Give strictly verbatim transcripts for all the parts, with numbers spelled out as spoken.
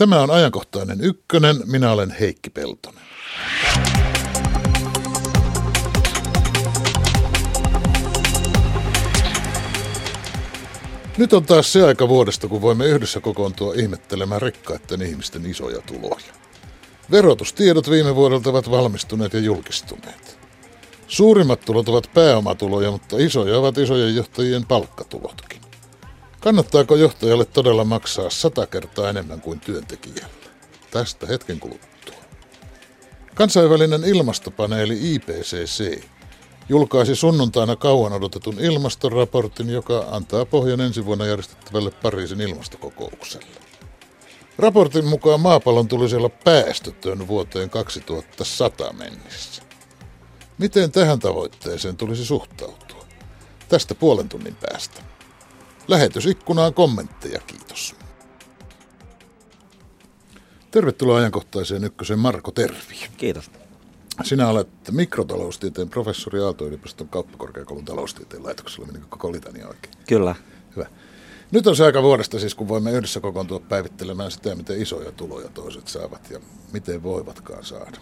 Tämä on ajankohtainen ykkönen. Minä olen Heikki Peltonen. Nyt on taas se aika vuodesta, kun voimme yhdessä kokoontua ihmettelemään rikkaiden ihmisten isoja tuloja. Verotustiedot viime vuodelta ovat valmistuneet ja julkistuneet. Suurimmat tulot ovat pääomatuloja, mutta isoja ovat isojen johtajien palkkatulotkin. Kannattaako johtajalle todella maksaa sata kertaa enemmän kuin työntekijälle? Tästä hetken kuluttua. Kansainvälinen ilmastopaneeli I P C C julkaisi sunnuntaina kauan odotetun ilmastoraportin, joka antaa pohjan ensi vuonna järjestettävälle Pariisin ilmastokokoukselle. Raportin mukaan maapallon tulisi olla päästötön vuoteen kaksituhattasata mennessä. Miten tähän tavoitteeseen tulisi suhtautua? Tästä puolen tunnin päästä. Lähetysikkunaan kommentteja, kiitos. Tervetuloa ajankohtaiseen ykkösen Marko Tervi. Kiitos. Sinä olet mikrotaloustieteen professori Aalto-yliopiston kauppakorkeakoulun taloustieteen laitoksella. Menikö koko litania oikein? Kyllä. Hyvä. Nyt on se aika vuodesta siis, kun voimme yhdessä kokoontua päivittelemään sitä, miten isoja tuloja toiset saavat ja miten voivatkaan saada.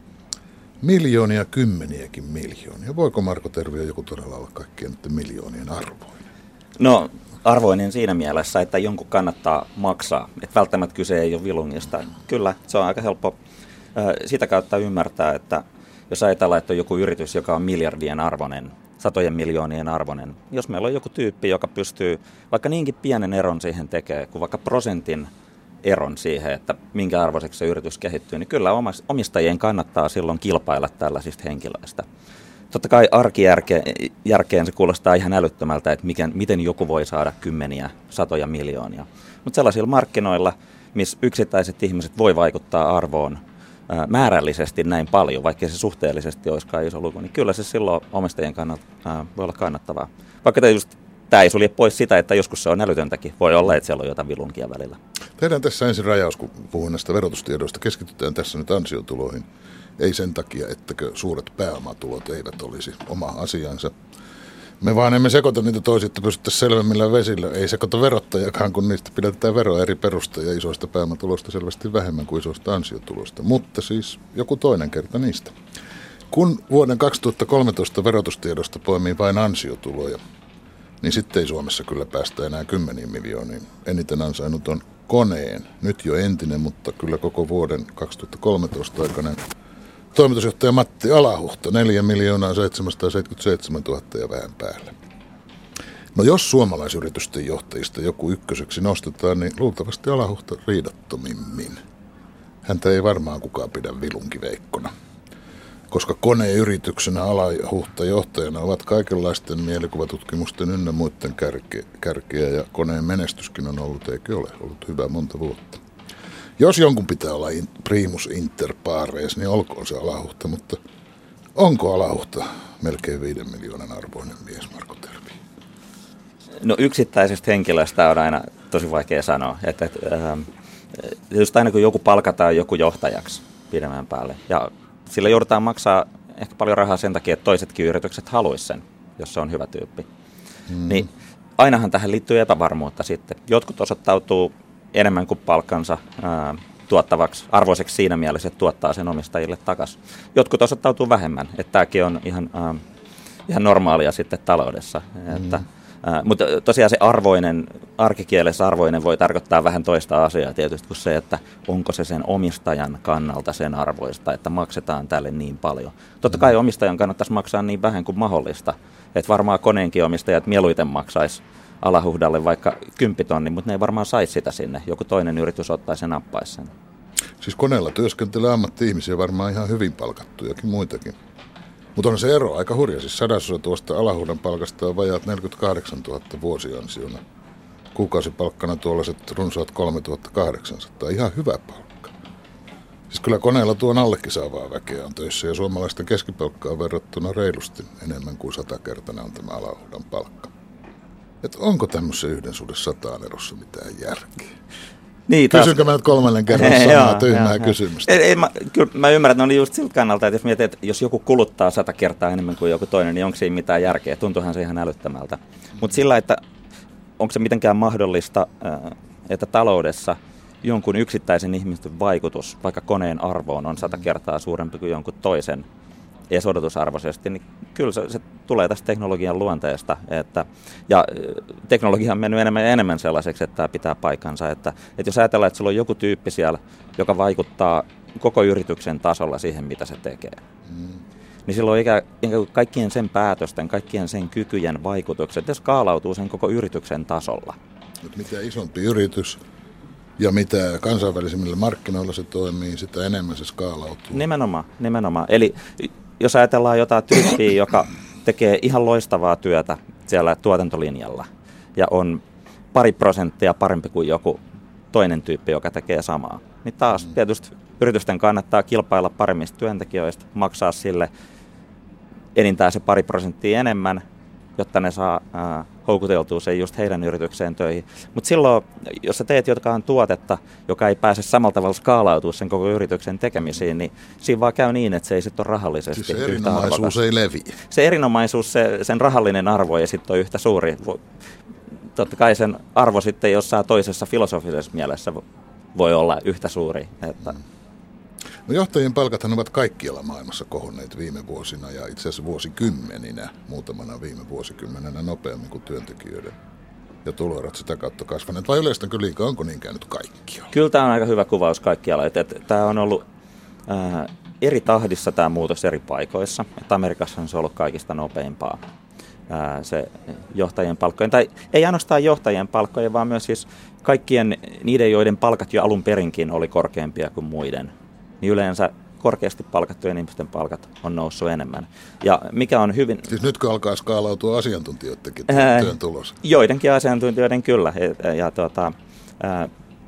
Miljoonia, kymmeniäkin miljoonia. Voiko Marko Tervi joku todella olla kaikkien nyt miljoonien arvoinen? No arvoinen siinä mielessä, että jonkun kannattaa maksaa. Että välttämättä kyse ei ole vilungista. Kyllä, se on aika helppo sitä kautta ymmärtää, että jos ajatellaan, että on joku yritys, joka on miljardien arvoinen, satojen miljoonien arvoinen. Jos meillä on joku tyyppi, joka pystyy vaikka niinkin pienen eron siihen tekee, kuin vaikka prosentin eron siihen, että minkä arvoiseksi se yritys kehittyy, niin kyllä omistajien kannattaa silloin kilpailla tällaisista henkilöistä. Totta kai arkijärkeen se kuulostaa ihan älyttömältä, että mikä, miten joku voi saada kymmeniä, satoja miljoonia. Mutta sellaisilla markkinoilla, missä yksittäiset ihmiset voi vaikuttaa arvoon ää, määrällisesti näin paljon, vaikkei se suhteellisesti olisikaan iso luku, niin kyllä se silloin omistajien kannalta ää, voi olla kannattavaa. Vaikka tämä ei sulje pois sitä, että joskus se on älytöntäkin. Voi olla, että siellä on jotain vilunkia välillä. Tehdään tässä ensin rajaus, kun puhun näistä verotustiedoista. Keskitytään tässä nyt ansiotuloihin. Ei sen takia, ettäkö suuret pääomatulot eivät olisi oma asiansa. Me vaan emme sekoita niitä toisiin, että pystyttäisiin selvemmillä vesillä. Ei sekoita verottajakaan, kun niistä pidetään veroa eri perusta ja isoista pääomatuloista selvästi vähemmän kuin isoista ansiotuloista. Mutta siis joku toinen kerta niistä. Kun vuoden kaksituhattakolmetoista verotustiedosta poimii vain ansiotuloja, niin sitten ei Suomessa kyllä päästä enää kymmeniin miljooniin. Eniten ansainnut on Koneen, nyt jo entinen, mutta kyllä koko vuoden kaksituhattakolmetoista aikainen toimitusjohtaja Matti Alahuhta, neljä miljoonaa seitsemänsataaseitsemänkymmentäseitsemäntuhatta ja vähän päälle. No jos suomalaisyritysten johtajista joku ykköseksi nostetaan, niin luultavasti Alahuhta riidattomimmin. Häntä ei varmaan kukaan pidä vilunkiveikkona, koska Koneyrityksenä Alahuhta johtajana ovat kaikenlaisten mielikuvatutkimusten ynnä muiden kärkeä ja Koneen menestyskin on ollut, eikö ole ollut hyvä monta vuotta. Jos jonkun pitää olla primus inter pares, niin olkoon se Alahuhta, mutta onko Alahuhta melkein viiden miljoonan arvoinen mies, Marko Tervi? No yksittäisestä henkilöstä on aina tosi vaikea sanoa. Että, että, tietysti aina kun joku palkataan joku johtajaksi pidemmän päälle, ja sillä joudutaan maksaa ehkä paljon rahaa sen takia, että toisetkin yritykset haluaisi sen, jos se on hyvä tyyppi. Mm. Niin ainahan tähän liittyy epävarmuutta sitten. Jotkut osoittautuu enemmän kuin palkkansa ää, tuottavaksi, arvoiseksi siinä mielessä, että tuottaa sen omistajille takaisin. Jotkut osoittautuu vähemmän, että tämäkin on ihan, ää, ihan normaalia sitten taloudessa. Mm. Että, ää, mutta tosiaan se arvoinen, arkikielessä arvoinen voi tarkoittaa vähän toista asiaa tietysti kuin se, että onko se sen omistajan kannalta sen arvoista, että maksetaan tälle niin paljon. Totta kai omistajan kannattaisi maksaa niin vähän kuin mahdollista, että varmaan Koneenkin omistajat mieluiten maksaisi Alahuhdalle vaikka kymppitonni, mutta ne ei varmaan saisi sitä sinne. Joku toinen yritys ottaisi sen nappaisi sen. Siis Koneella työskentelee ammatti-ihmisiä, varmaan ihan hyvin palkattujakin muitakin. Mutta on se ero aika hurja. Siis sadasosa tuosta Alahuhdan palkasta on vajaat neljäkymmentäkahdeksantuhatta vuosiansiona. Kuukausipalkkana tuollaiset runsaat kolmetuhattakahdeksansataa. Ihan hyvä palkka. Siis kyllä Koneella tuon allekin saavaa väkeä on töissä ja suomalaisten keskipalkkaan verrattuna reilusti enemmän kuin satakertainen on tämä Alahuhdan palkka. Että onko tämmöisen yhden suhde sataan erossa mitään järkeä? Niin, Kysynkö mä nyt kolmannen kerran samaa tyhmää kysymystä? Ei, ei, mä, kyllä mä ymmärrän, että ne oli just siltä kannalta, että jos mietit, että jos joku kuluttaa sata kertaa enemmän kuin joku toinen, niin onko siinä mitään järkeä? Tuntuuhan se ihan älyttömältä. Mutta sillä, että onko se mitenkään mahdollista, että taloudessa jonkun yksittäisen ihmisen vaikutus vaikka koneen arvoon on sata kertaa suurempi kuin jonkun toisen edes odotusarvoisesti, niin kyllä se, se tulee tästä teknologian luonteesta. Että, ja teknologia on mennyt enemmän ja enemmän sellaiseksi, että tämä pitää paikkansa. Että, että jos ajatellaan, että sulla on joku tyyppi siellä, joka vaikuttaa koko yrityksen tasolla siihen, mitä se tekee, mm. niin silloin ikään, ikään kuin kaikkien sen päätösten, kaikkien sen kykyjen vaikutukset, ja skaalautuu sen koko yrityksen tasolla. Nyt mitä isompi yritys ja mitä kansainvälisimmillä markkinoilla se toimii, sitä enemmän se skaalautuu. Nimenomaan, nimenomaan. Eli jos ajatellaan jotain tyyppiä, joka tekee ihan loistavaa työtä siellä tuotantolinjalla ja on pari prosenttia parempi kuin joku toinen tyyppi, joka tekee samaa, niin taas mm. tietysti yritysten kannattaa kilpailla paremmista työntekijöistä, maksaa sille enintään se pari prosenttia enemmän, jotta ne saa ää, houkuteltua sen just heidän yritykseen töihin. Mutta silloin, jos sä teet jotain tuotetta, joka ei pääse samalla tavalla skaalautua sen koko yrityksen tekemisiin, niin siinä vaan käy niin, että se ei sitten ole rahallisesti siis yhtä arvokas. Se erinomaisuus ei leviä. Se erinomaisuus, se, sen rahallinen arvo ei sitten ole yhtä suuri. Totta kai sen arvo sitten jossain toisessa filosofisessa mielessä voi olla yhtä suuri. Että mm. No johtajien palkathan ovat kaikkialla maailmassa kohonneet viime vuosina ja itse asiassa vuosikymmeninä, muutamana viime vuosikymmenenä nopeammin kuin työntekijöiden. Ja tuloerot sitä kautta kasvaneet. Vai yleistäänkö liikaa, onko niin käynyt kaikkialla? Kyllä tämä on aika hyvä kuvaus kaikkialla. Että, että tämä on ollut ää, eri tahdissa tämä muutos eri paikoissa. Että Amerikassa on se ollut kaikista nopeimpaa. Ää, se johtajien palkkojen, tai ei ainoastaan johtajien palkkojen, vaan myös siis kaikkien niiden, joiden palkat jo alun perinkin oli korkeampia kuin muiden. Niin yleensä korkeasti palkattujen ihmisten palkat on noussut enemmän. Ja mikä on hyvin... Siis nytkö alkaa skaalautua asiantuntijoidenkin työn tulos? Joidenkin asiantuntijoiden kyllä. Ja, ja, tuota, ää,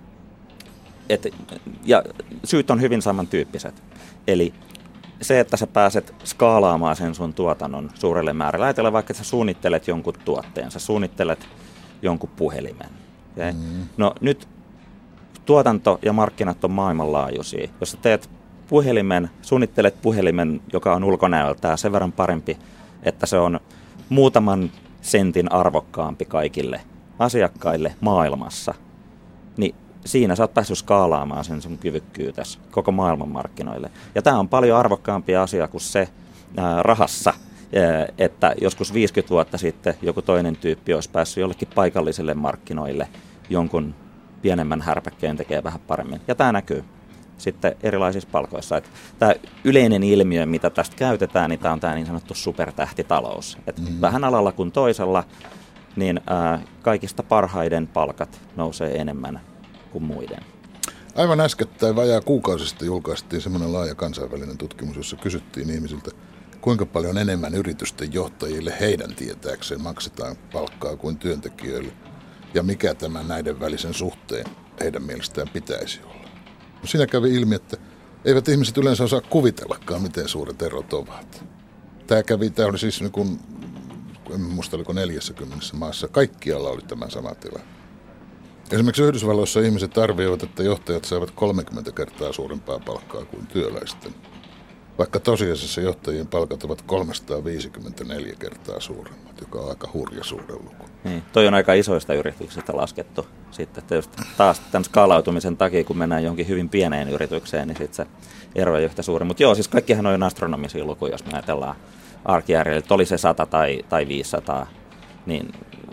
et, ja syyt on hyvin samantyyppiset. Eli se, että sä pääset skaalaamaan sen sun tuotannon suurelle määrälle. Ajatella vaikka, että sä suunnittelet jonkun tuotteen, sä suunnittelet jonkun puhelimen. Okay? Mm. No nyt tuotanto ja markkinat on maailmanlaajuisia. Jos sä teet puhelimen, suunnittelet puhelimen, joka on ulkonäöltään sen verran parempi, että se on muutaman sentin arvokkaampi kaikille asiakkaille maailmassa, niin siinä sä oot päässyt skaalaamaan sen sun kyvykkyytäsi koko maailman markkinoille. Ja tämä on paljon arvokkaampi asia kuin se ää, rahassa, ää, että joskus viisikymmentä vuotta sitten joku toinen tyyppi olisi päässyt jollekin paikallisille markkinoille jonkun pienemmän härpäkkeen tekee vähän paremmin. Ja tämä näkyy sitten erilaisissa palkoissa. Että tämä yleinen ilmiö, mitä tästä käytetään, niin tämä on tämä niin sanottu supertähtitalous. Että mm-hmm. vähän alalla kuin toisella, niin ää, kaikista parhaiden palkat nousee enemmän kuin muiden. Aivan äskettäin vajaa kuukausista julkaistiin semmoinen laaja kansainvälinen tutkimus, jossa kysyttiin ihmisiltä, kuinka paljon enemmän yritysten johtajille heidän tietääkseen maksetaan palkkaa kuin työntekijöille. Ja mikä tämä näiden välisen suhteen heidän mielestään pitäisi olla. No siinä kävi ilmi, että eivät ihmiset yleensä osaa kuvitellakaan, miten suuret erot ovat. Tämä kävi, tämä oli siis niin kuin, en muista oliko neljässäkymmenessä maassa, kaikkialla oli tämä sama tila. Esimerkiksi Yhdysvalloissa ihmiset arvioivat, että johtajat saavat kolmekymmentä kertaa suurempaa palkkaa kuin työläisten. Vaikka tosiasiassa johtajien palkat ovat kolmesataaviisikymmentäneljä kertaa suuremmat, joka on aika hurja suuren luku. Niin, toi on aika isoista yrityksistä laskettu. Sitten, että just taas tämän skaalautumisen takia, kun mennään johonkin hyvin pieneen yritykseen, niin sitten se ero ei yhtä suuri. Mutta joo, siis kaikkihan on astronomisia lukuja, jos me ajatellaan arkijärjellä, että oli se sata tai, tai viisisataa, niin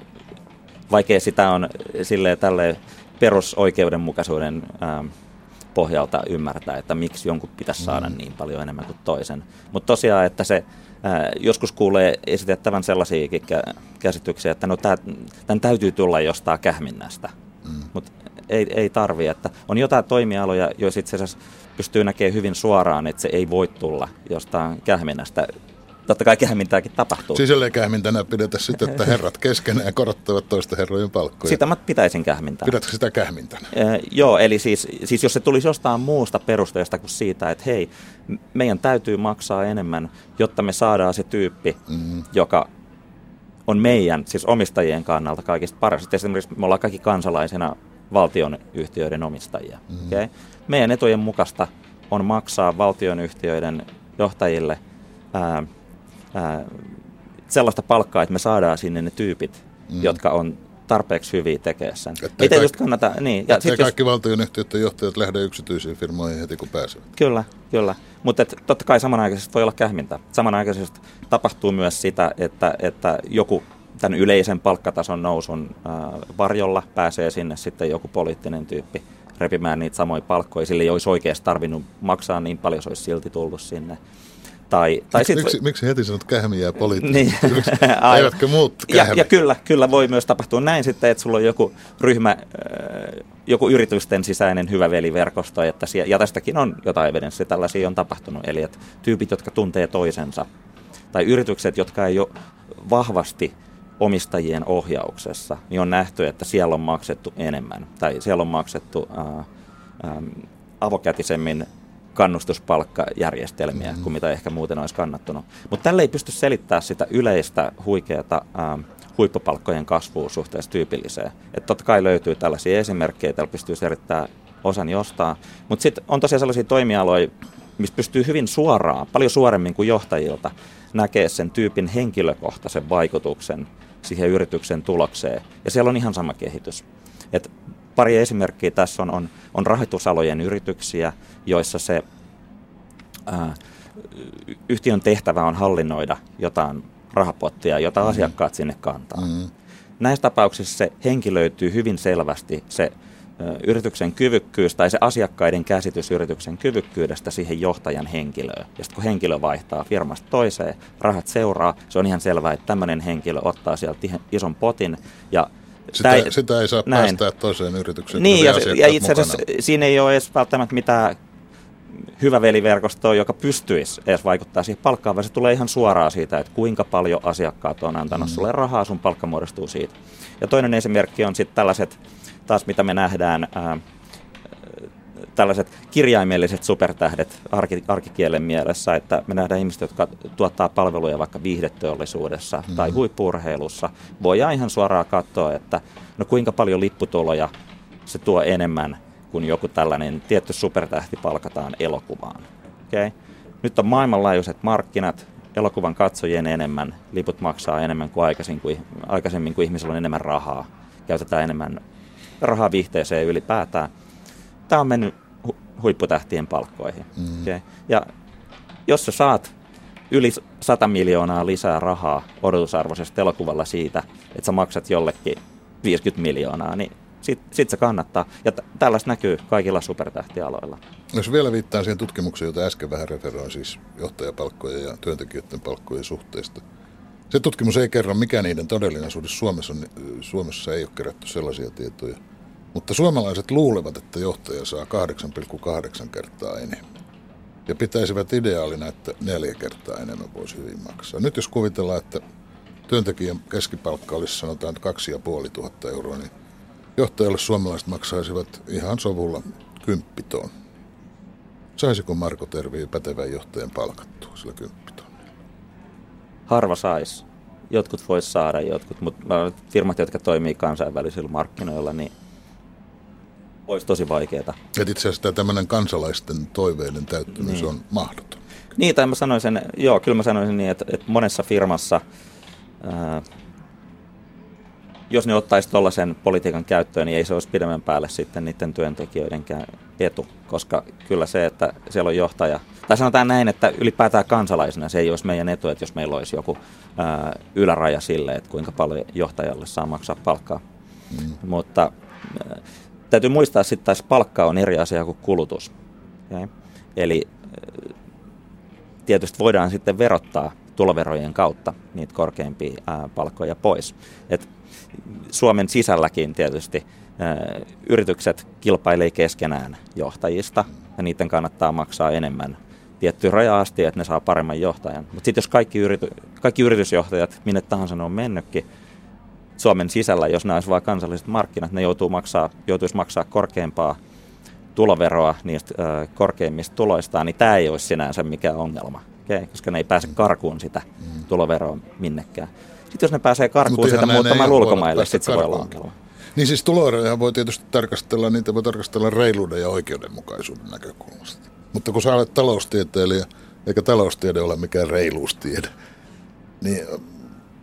vaikea sitä on silleen tälleen perusoikeudenmukaisuuden ää, pohjalta ymmärtää, että miksi jonkun pitäisi saada niin paljon enemmän kuin toisen. Mutta tosiaan, että se ää, joskus kuulee esitettävän sellaisiakin käsityksiä, että no tämän täytyy tulla jostain kähminnästä, mm. mutta ei, ei tarvitse. Että on jotain toimialoja, joissa itse asiassa pystyy näkemään hyvin suoraan, että se ei voi tulla jostain kähminnästä. Totta kai kähmintääkin tapahtuu. Sisälle kähmintänä pidetä sitä, että herrat keskenään korottavat toisten herrojen palkkoja. Sitä mä pitäisin kähmintää. Pidätkö sitä kähmintänä? Äh, joo, eli siis, siis jos se tulisi jostain muusta perusteesta kuin siitä, että hei, meidän täytyy maksaa enemmän, jotta me saadaan se tyyppi, mm-hmm. joka on meidän, siis omistajien kannalta kaikista paras. Esimerkiksi me ollaan kaikki kansalaisena valtionyhtiöiden omistajia. Mm-hmm. Okay? Meidän etujen mukaista on maksaa valtionyhtiöiden johtajille Ää, ää, sellaista palkkaa, että me saadaan sinne ne tyypit, mm. jotka on tarpeeksi hyviä tekemään sen. Ettei, Ei kaikki, kannata, niin. Ja ettei kaikki just, valtionyhtiöiden johtajat lähde yksityisiin firmoihin heti kun pääsevät. Kyllä, kyllä. Mutta totta kai samanaikaisesti voi olla kähmintä. Samanaikaisesti tapahtuu myös sitä, että, että joku tämän yleisen palkkatason nousun äh, varjolla pääsee sinne sitten joku poliittinen tyyppi repimään niitä samoja palkkoja. Sille ei olisi oikeasti tarvinnut maksaa niin paljon, se olisi silti tullut sinne. Tai, tai miksi, sit, miksi, miksi heti sanot kähmiä ja poliittista? Niin. Eivätkö muut ja, ja kyllä, kyllä voi myös tapahtua näin sitten, että sulla on joku ryhmä, joku yritysten sisäinen hyvä veliverkosto, että siellä, ja tästäkin on jotain evidenssiä, tällaisia on tapahtunut. Eli että tyypit, jotka tuntee toisensa, tai yritykset, jotka ei ole vahvasti omistajien ohjauksessa, niin on nähty, että siellä on maksettu enemmän, tai siellä on maksettu ää, ää, avokätisemmin kannustuspalkkajärjestelmiä mm-hmm. kuin mitä ehkä muuten olisi kannattunut. Mutta tälle ei pysty selittämään sitä yleistä huikeata ää, huippupalkkojen kasvua suhteessa tyypilliseen. Että totta kai löytyy tällaisia esimerkkejä, täällä pystyy selittämään osan jostain, mutta sitten on tosiaan sellaisia toimialoja, missä pystyy hyvin suoraan, paljon suoremmin kuin johtajilta, näkee sen tyypin henkilökohtaisen vaikutuksen siihen yrityksen tulokseen. Ja siellä on ihan sama kehitys. Et pari esimerkkiä tässä on, on, on rahoitusalojen yrityksiä, joissa se ää, yhtiön tehtävä on hallinnoida jotain rahapottia, jota mm-hmm. asiakkaat sinne kantaa. Mm-hmm. Näissä tapauksissa se henkilöityy hyvin selvästi se ä, yrityksen kyvykkyys tai se asiakkaiden käsitys yrityksen kyvykkyydestä siihen johtajan henkilöön. Ja sitten kun henkilö vaihtaa firmasta toiseen, rahat seuraa, se on ihan selvää, että tämmöinen henkilö ottaa sieltä ison potin ja Sitä, ei, sitä ei saa näin. päästää toiseen yritykseen. Niin, ja, ja itse asiassa mukana. Siinä ei ole edes välttämättä mitään hyvä veliverkostoa, joka pystyisi edes vaikuttaa siihen palkkaan, vaan se tulee ihan suoraan siitä, että kuinka paljon asiakkaat on antanut mm. sulle rahaa, sun palkka muodostuu siitä. Ja toinen esimerkki on sitten tällaiset, taas mitä me nähdään, ää, tällaiset kirjaimelliset supertähdet arki, arkikielen mielessä, että me nähdään ihmiset, jotka tuottaa palveluja vaikka viihdeteollisuudessa mm-hmm. tai huippu-urheilussa. Voidaan ihan suoraan katsoa, että no kuinka paljon lipputuloja se tuo enemmän, kun joku tällainen tietty supertähti palkataan elokuvaan. Okay? Nyt on maailmanlaajuiset markkinat, elokuvan katsojien enemmän, liput maksaa enemmän kuin aikaisemmin, kuin, aikaisemmin, kun ihmisillä on enemmän rahaa. Käytetään enemmän rahaa viihteeseen ylipäätään. Tämä on mennyt hu- huipputähtien palkkoihin. Mm. Okay. Ja jos sä saat yli sata miljoonaa lisää rahaa odotusarvoisesta elokuvalla siitä, että sä maksat jollekin viisikymmentä miljoonaa, niin sit, sit se kannattaa. Ja t- tällaista näkyy kaikilla supertähtialoilla. Jos vielä viittaan siihen tutkimukseen, jota äsken vähän referoin, siis johtajapalkkojen ja työntekijöiden palkkojen suhteesta. Se tutkimus ei kerro, mikä niiden todellinen suhde Suomessa on. Suomessa ei ole kerätty sellaisia tietoja. Mutta suomalaiset luulevat, että johtaja saa kahdeksan pilkku kahdeksan kertaa enemmän. Ja pitäisivät ideaalina, että neljä kertaa enemmän voisi hyvin maksaa. Nyt jos kuvitellaan, että työntekijän keskipalkka olisi sanotaan kaksi ja puoli tuhatta euroa, niin johtajalle suomalaiset maksaisivat ihan sovulla kymppiton. Saisiko Marko Tervi pätevän johtajan palkattua sillä kymppitonnilla? Harva saisi. Jotkut vois saada, jotkut, mutta firmat, jotka toimii kansainvälisillä markkinoilla, niin olisi tosi vaikeaa. Et itse asiassa tämmöinen kansalaisten toiveiden täyttymys niin on mahdoton. Niin, tai mä sanoisin, joo, kyllä mä sanoisin niin, että, että monessa firmassa, ää, jos ne ottaisi tuollaisen politiikan käyttöön, niin ei se olisi pidemmän päälle sitten niiden työntekijöidenkään etu, koska kyllä se, että siellä on johtaja, tai sanotaan näin, että ylipäätään kansalaisena se ei olisi meidän etu, että jos meillä olisi joku ää, yläraja sille, että kuinka paljon johtajalle saa maksaa palkkaa. Mm. Mutta ää, täytyy muistaa sitten taas, palkka on eri asia kuin kulutus. Okay? Eli tietysti voidaan sitten verottaa tuloverojen kautta niitä korkeimpia ää, palkkoja pois. Et Suomen sisälläkin tietysti ää, yritykset kilpailee keskenään johtajista ja niiden kannattaa maksaa enemmän tiettyyn rajaan asti, että ne saa paremman johtajan. Mutta sitten jos kaikki, yrity, kaikki yritysjohtajat, minne tahansa ne on mennytkin, Suomen sisällä, jos nämä olisi vain kansalliset markkinat, ne joutuu maksaa, joutuisi maksaa korkeampaa tuloveroa niistä ö, korkeimmista tuloistaan, niin tämä ei olisi sinänsä mikään ongelma, okay? Koska ne ei pääse karkuun sitä mm. tuloveroa minnekään. Sitten jos ne pääsee karkuun sitä muuttamaan ulkomaille, sitten se voi olla ongelma. Niin siis tuloeroja voi tietysti tarkastella, niitä voi tarkastella reiluuden ja oikeudenmukaisuuden näkökulmasta. Mutta kun sä olet taloustieteilijä, eikä taloustiede ole mikään reiluustiede, niin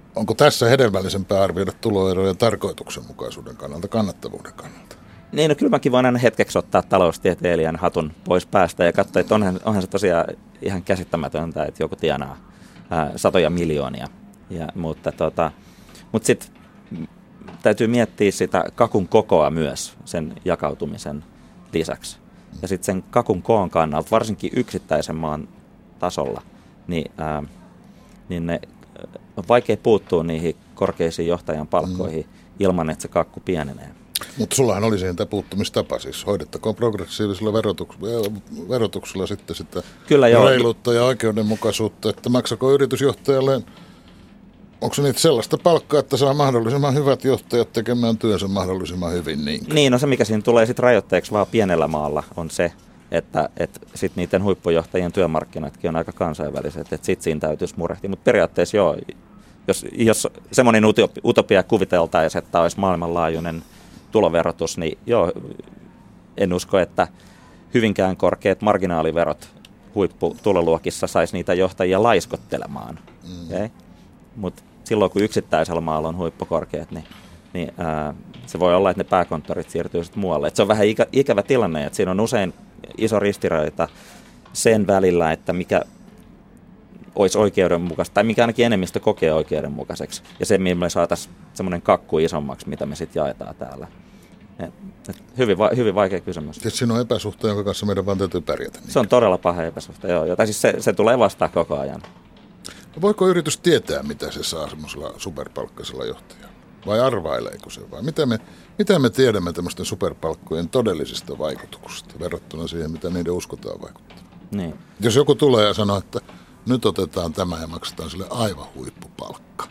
onko tässä hedelmällisempää arvioida tuloeroja tarkoituksenmukaisuuden kannalta, kannattavuuden kannalta? Niin, no kyllä mäkin voin aina hetkeksi ottaa taloustieteilijän hatun pois päästä ja katsoa, että onhan, onhan se tosiaan ihan käsittämätöntä, että joku tienaa ää, satoja miljoonia. Ja, mutta tota, mutta sitten täytyy miettiä sitä kakun kokoa myös sen jakautumisen lisäksi. Ja sitten sen kakun koon kannalta, varsinkin yksittäisen maan tasolla, niin, ää, niin ne, on vaikea puuttua niihin korkeisiin johtajan palkkoihin mm. ilman, että se kakku pienenee. Mutta sullahan oli siihen tämä puuttumistapa, siis hoidettakoon progressiivisella verotuks- verotuksella sitten sitä Kyllä reiluutta ja oikeudenmukaisuutta, että maksako yritysjohtajalle, onko se niitä sellaista palkkaa, että saa mahdollisimman hyvät johtajat tekemään työnsä mahdollisimman hyvin? Niin, niin no se mikä siinä tulee sitten rajoitteeksi vaan pienellä maalla on se, että et sitten niiden huippujohtajien työmarkkinatkin on aika kansainväliset, että sitten siinä täytyisi murehtia, mutta periaatteessa joo, jos, jos semmoinen utopia kuviteltaisiin, että olisi maailmanlaajuinen tuloverotus, niin joo, en usko, että hyvinkään korkeat marginaaliverot huipputuloluokissa saisi niitä johtajia laiskottelemaan. Mm. Okay? Mutta silloin, kun yksittäisellä maalla on huippukorkeat, niin, niin ää, se voi olla, että ne pääkonttorit siirtyy sitten muualle. Et se on vähän ikä, ikävä tilanne, että siinä on usein iso ristiriita sen välillä, että mikä olisi oikeudenmukaista, tai mikä ainakin enemmistö kokee oikeudenmukaiseksi, ja se, millä me saataisiin semmoinen kakku isommaksi, mitä me sitten jaetaan täällä. Et, et hyvin, va, hyvin vaikea kysymys. Siis siinä on epäsuhta, jonka kanssa meidän vaan täytyy pärjätä. Niin. Se on todella paha epäsuhta, joo. Tai siis se, se tulee vastaan koko ajan. Voiko yritys tietää, mitä se saa semmoisella superpalkkaisella johtajalla? Vai arvaileeko se? Vai mitä me, mitä me tiedämme tämmöisten superpalkkojen todellisista vaikutuksista verrattuna siihen, mitä niiden uskotaan vaikuttaa? Niin. Jos joku tulee ja sanoo, että nyt otetaan tämä ja maksetaan sille aivan huippupalkka,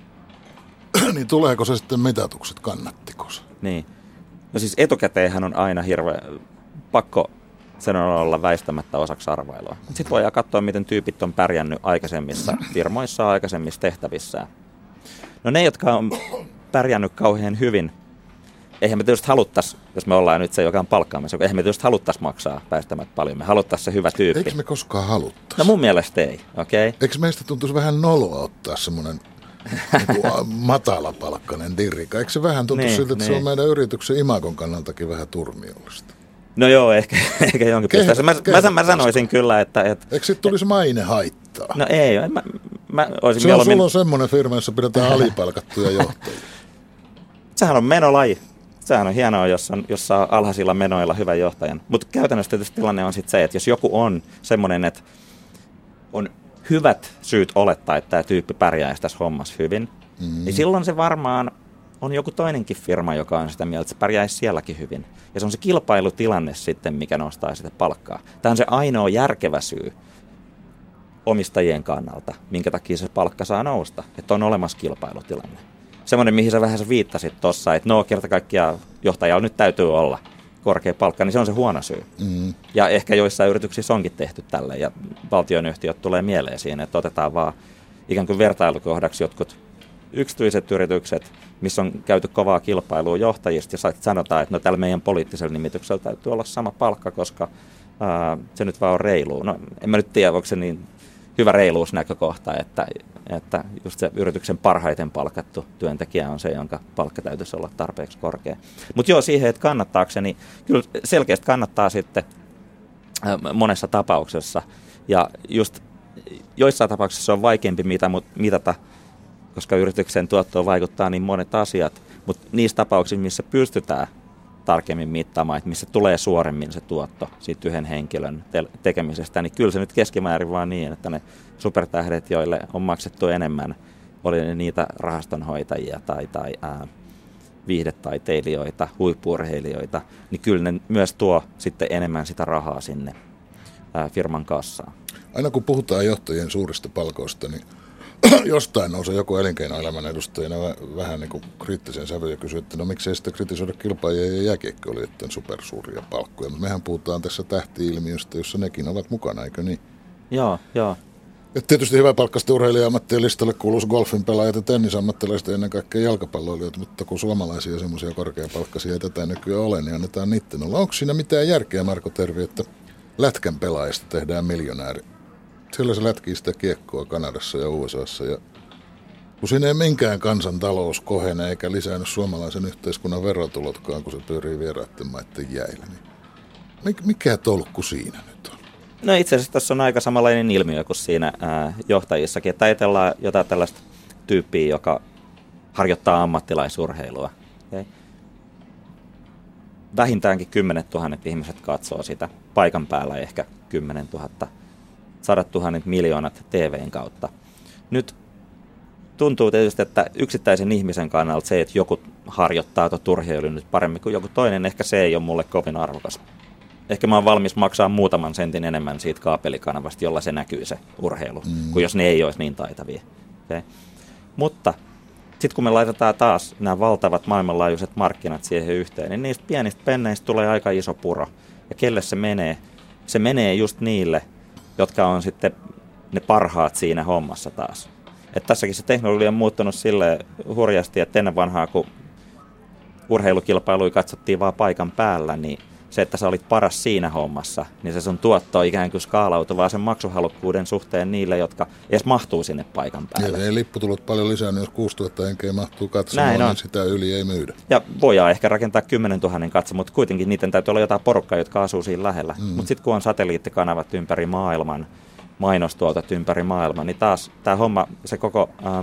niin tuleeko se sitten mitatukset, kannattiko se? Niin. No siis etukäteenhän on aina hirveä pakko sen on olla väistämättä osaksi arvailua. Sitten voidaan katsoa, miten tyypit on pärjännyt aikaisemmissa firmoissa, aikaisemmissa tehtävissä. No ne, jotka on pärjännyt kauhean hyvin, eihän me tietysti haluttaisi, jos me ollaan nyt se, joka on palkkaamassa, eihän me tietysti haluttaisi maksaa väistämättä paljon. Me haluttaisiin se hyvä tyyppi. Eikö me koskaan haluttaisi? No mun mielestä ei, okei. Okay. Eikö meistä tuntuisi vähän noloa ottaa semmoinen niin matalapalkkainen dirika? Eikö se vähän tuntuisi niin, siltä, että niin. Se on meidän yrityksen imagon kannaltakin vähän turmiollista? No joo, ehkä, ehkä jonkin pisteessä. Mä, mä, mä sanoisin kyllä, että... että eikö siitä tulisi maine haittaa? No ei, mä, mä olisin se on, mieluummin... Sulla on semmoinen firma, jossa pidetään alipalkattuja johtajia. Sehän on menolaji. Sehän on hienoa, jos on, jos saa alhaisilla menoilla hyvän johtajan. Mutta käytännössä tietysti tilanne on sitten se, että jos joku on semmoinen, että on hyvät syyt olettaa, että tämä tyyppi pärjäisi tässä hommassa hyvin, mm. niin silloin se varmaan on joku toinenkin firma, joka on sitä mieltä, että se pärjäisi sielläkin hyvin. Ja se on se kilpailutilanne sitten, mikä nostaa sitä palkkaa. Tämä on se ainoa järkevä syy omistajien kannalta, minkä takia se palkka saa nousta, että on olemassa kilpailutilanne. Semmoinen, mihin sä vähän viittasit tuossa, että no kerta kaikkiaan johtajalla nyt täytyy olla korkea palkka, niin se on se huono syy. Mm. Ja ehkä joissain yrityksissä onkin tehty tälle, ja valtionyhtiöt tulee mieleen siinä, että otetaan vaan ikään kuin vertailukohdaksi jotkut yksityiset yritykset, missä on käyty kovaa kilpailua johtajista, ja sanotaan, että no tällä meidän poliittisella nimityksellä täytyy olla sama palkka, koska ää, se nyt vaan on reilua. No en mä nyt tiedä, onko se niin hyvä reiluusnäkökohta, että, että just se yrityksen parhaiten palkattu työntekijä on se, jonka palkka täytyisi olla tarpeeksi korkea. Mutta joo, siihen, että kannattaako se, niin kyllä selkeästi kannattaa sitten monessa tapauksessa. Ja just joissain tapauksissa on vaikeampi mitata, koska yrityksen tuottoon vaikuttaa niin monet asiat, mutta niissä tapauksissa, missä pystytään tarkemmin mittaamaan, että missä tulee suoremmin se tuotto siitä yhden henkilön te- tekemisestä, niin kyllä se nyt keskimäärin vaan niin, että ne supertähdet, joille on maksettu enemmän, oli ne niitä rahastonhoitajia tai, tai ää, viihdetaiteilijoita, huippu-urheilijoita, niin kyllä ne myös tuo sitten enemmän sitä rahaa sinne ää, firman kassaan. Aina kun puhutaan johtajien suurista palkoista, niin jostain nousee joku elinkeinoelämän edustajana vähän niin kuin kriittisen sävyyn ja kysyy, että no miksei sitä kritisoida kilpaajia ja jääkiekkoilijoiden supersuuria palkkoja. Mutta mehän puhutaan tässä tähti-ilmiöstä, jossa nekin ovat mukana, eikö niin? Joo, joo. Ja tietysti hyvä palkkasta urheilija-ammattien listalle kuuluisi golfin pelaajat ja tennisammattilaiset ja ennen kaikkea jalkapalloilijat, mutta kun suomalaisia semmoisia korkeapalkkaisia ei tätä nykyään ole, niin annetaan niiden olla. Onko siinä mitään järkeä, Marko Tervi, että lätkän pelaajista tehdään miljonääri? Siellä se lätkii sitä kiekkoa Kanadassa ja U S A:ssa ja Kun siinä ei minkään kansantalous kohene eikä lisännyt suomalaisen yhteiskunnan verotulotkaan, kun se pyörii vieraiden maiden jäillä. Niin mikä tolkku siinä nyt on? No itse asiassa tässä on aika samanlainen ilmiö kuin siinä ää, johtajissakin, että ajatellaan jotain tällaista tyyppiä, joka harjoittaa ammattilaisurheilua. Okay. Vähintäänkin kymmenet tuhannet ihmiset katsoo sitä, paikan päällä ehkä kymmenen tuhatta, sadat tuhannet, miljoonat T V:n kautta. Nyt tuntuu tietysti, että yksittäisen ihmisen kannalta se, että joku harjoittaa tuota urheilua nyt paremmin kuin joku toinen, ehkä se ei ole mulle kovin arvokas. Ehkä mä oon valmis maksaa muutaman sentin enemmän siitä kaapelikanavasta, jolla se näkyy se urheilu, mm. kuin jos ne ei olisi niin taitavia. Okay. Mutta sitten kun me laitetaan taas nämä valtavat maailmanlaajuiset markkinat siihen yhteen, niin niistä pienistä penneistä tulee aika iso puro. Ja kelle se menee? Se menee just niille, jotka on sitten ne parhaat siinä hommassa taas. Et tässäkin se teknologia on muuttunut silleen hurjasti, että ennen vanhaa, kun urheilukilpailuja katsottiin vaan paikan päällä, niin se, että sä olit paras siinä hommassa, niin se sun tuotto ikään kuin skaalautui vaan sen maksuhalukkuuden suhteen niille, jotka edes mahtuu sinne paikan päälle. Ja ei lipputulot paljon lisää, niin jos kuusituhatta henkeä mahtuu katsomaan, niin sitä yli ei myydä. Ja voidaan ehkä rakentaa kymmenen tuhannen katso, mutta kuitenkin niiden täytyy olla jotain porukkaa, jotka asuu siinä lähellä. Mm. Mutta sitten kun on satelliittikanavat ympäri maailman, mainostuotot ympäri maailman, niin taas tämä homma, se koko äh,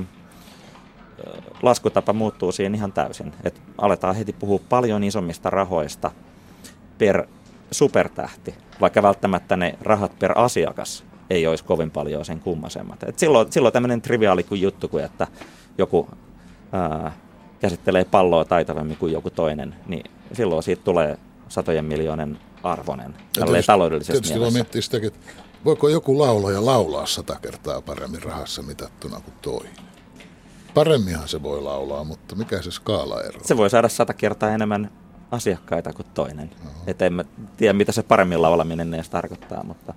laskutapa muuttuu siinä ihan täysin. Et aletaan heti puhua paljon isommista rahoista per supertähti, vaikka välttämättä ne rahat per asiakas ei olisi kovin paljon sen kummasemmat. Et silloin, silloin tämmöinen triviaali kuin juttu, kuin että joku ää, käsittelee palloa taitavammin kuin joku toinen, niin silloin siitä tulee satojen miljoonen arvoinen taloudellisessa tietysti mielessä. voi miettiä sitäkin, että voiko joku laulaja laulaa sata kertaa paremmin rahassa mitattuna kuin toinen? Paremminhan se voi laulaa, mutta mikä se skaalaero? Se voi saada sata kertaa enemmän asiakkaita kuin toinen. Että en mä tiedä, mitä se paremmin laulaminen edes tarkoittaa, mutta...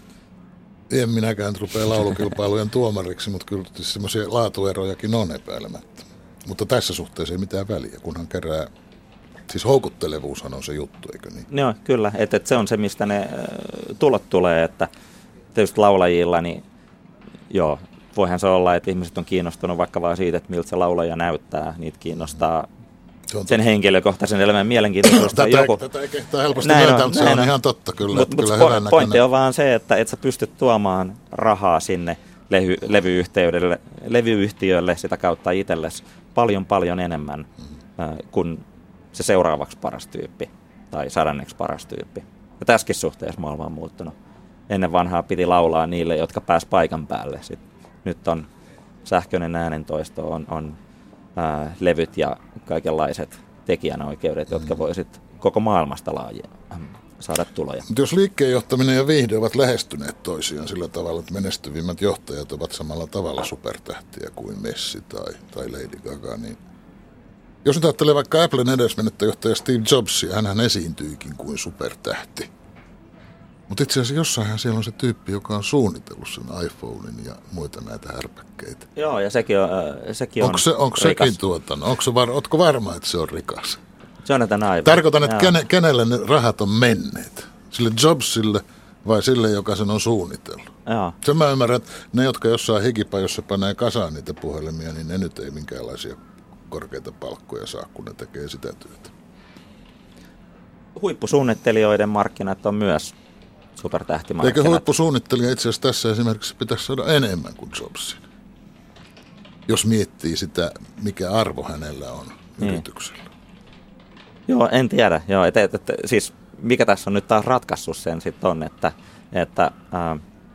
En minäkään rupea laulukilpailujen tuomariksi, mutta kyllä semmoisia laatuerojakin on epäilemättä. Mutta tässä suhteessa ei mitään väliä, kunhan kerää... Siis houkuttelevuushan on se juttu, eikö niin? Joo, kyllä. Että et se on se, mistä ne äh, tulot tulee, että tietysti laulajilla, niin joo, voihan se olla, että ihmiset on kiinnostunut vaikka vaan siitä, että miltä se laulaja näyttää. Niitä kiinnostaa sen totta. Henkilökohtaisen elämän mielenkiintoisuus. Tätä, joku... tätä ei kehtaa helposti myöntää, mutta se on, on ihan totta kyllä. Mutta mut po- pointti on vaan se, että et sä pystyt tuomaan rahaa sinne levy, levyyhtiölle, levyyhtiölle sitä kautta itsellesi paljon paljon enemmän mm-hmm. äh, kuin se seuraavaksi paras tyyppi tai sadanneksi paras tyyppi. Ja tässäkin suhteessa maailma on muuttunut. Ennen vanhaa piti laulaa niille, jotka pääs paikan päälle. Sitten nyt on sähköinen äänentoisto, on, on ää, levyt ja kaikenlaiset tekijänoikeudet, mm. jotka voisit koko maailmasta laaja, saada tuloja. Mutta jos liikkeenjohtaminen ja viihde ovat lähestyneet toisiaan sillä tavalla, että menestyvimmät johtajat ovat samalla tavalla supertähtiä kuin Messi tai, tai Lady Gaga, niin jos nyt ajattelee vaikka Applen edesmennettä johtaja Steve Jobsia, hänhän esiintyikin kuin supertähti. Mutta itse asiassa jossainhan siellä on se tyyppi, joka on suunnitellut sen iPhonein ja muita näitä härpäkkeitä. Joo, ja sekin on, äh, sekin onko on se, onko sekin tuotanut? Onko se var, ootko varma, että se on rikas? Jonathan Ive. Tarkoitan, että kene, kenelle ne rahat on menneet? Sille Jobsille vai sille, joka sen on suunnitellut? Joo. Sen mä ymmärrän, että ne, jotka jossain hikipajossa panee kasaan niitä puhelimia, niin ne nyt ei minkäänlaisia korkeita palkkoja saa, kun ne tekee sitä työtä. Huippusuunnittelijoiden markkinat on myös supertähtimarkkinat. Eikö huippusuunnittelija itse asiassa tässä esimerkiksi pitäisi saada enemmän kuin Jobsin? Jos miettii sitä, mikä arvo hänellä on niin yrityksellä. Joo, en tiedä. Joo, et, et, et, siis mikä tässä on nyt taas ratkaissut sen sitten on, että, että ää,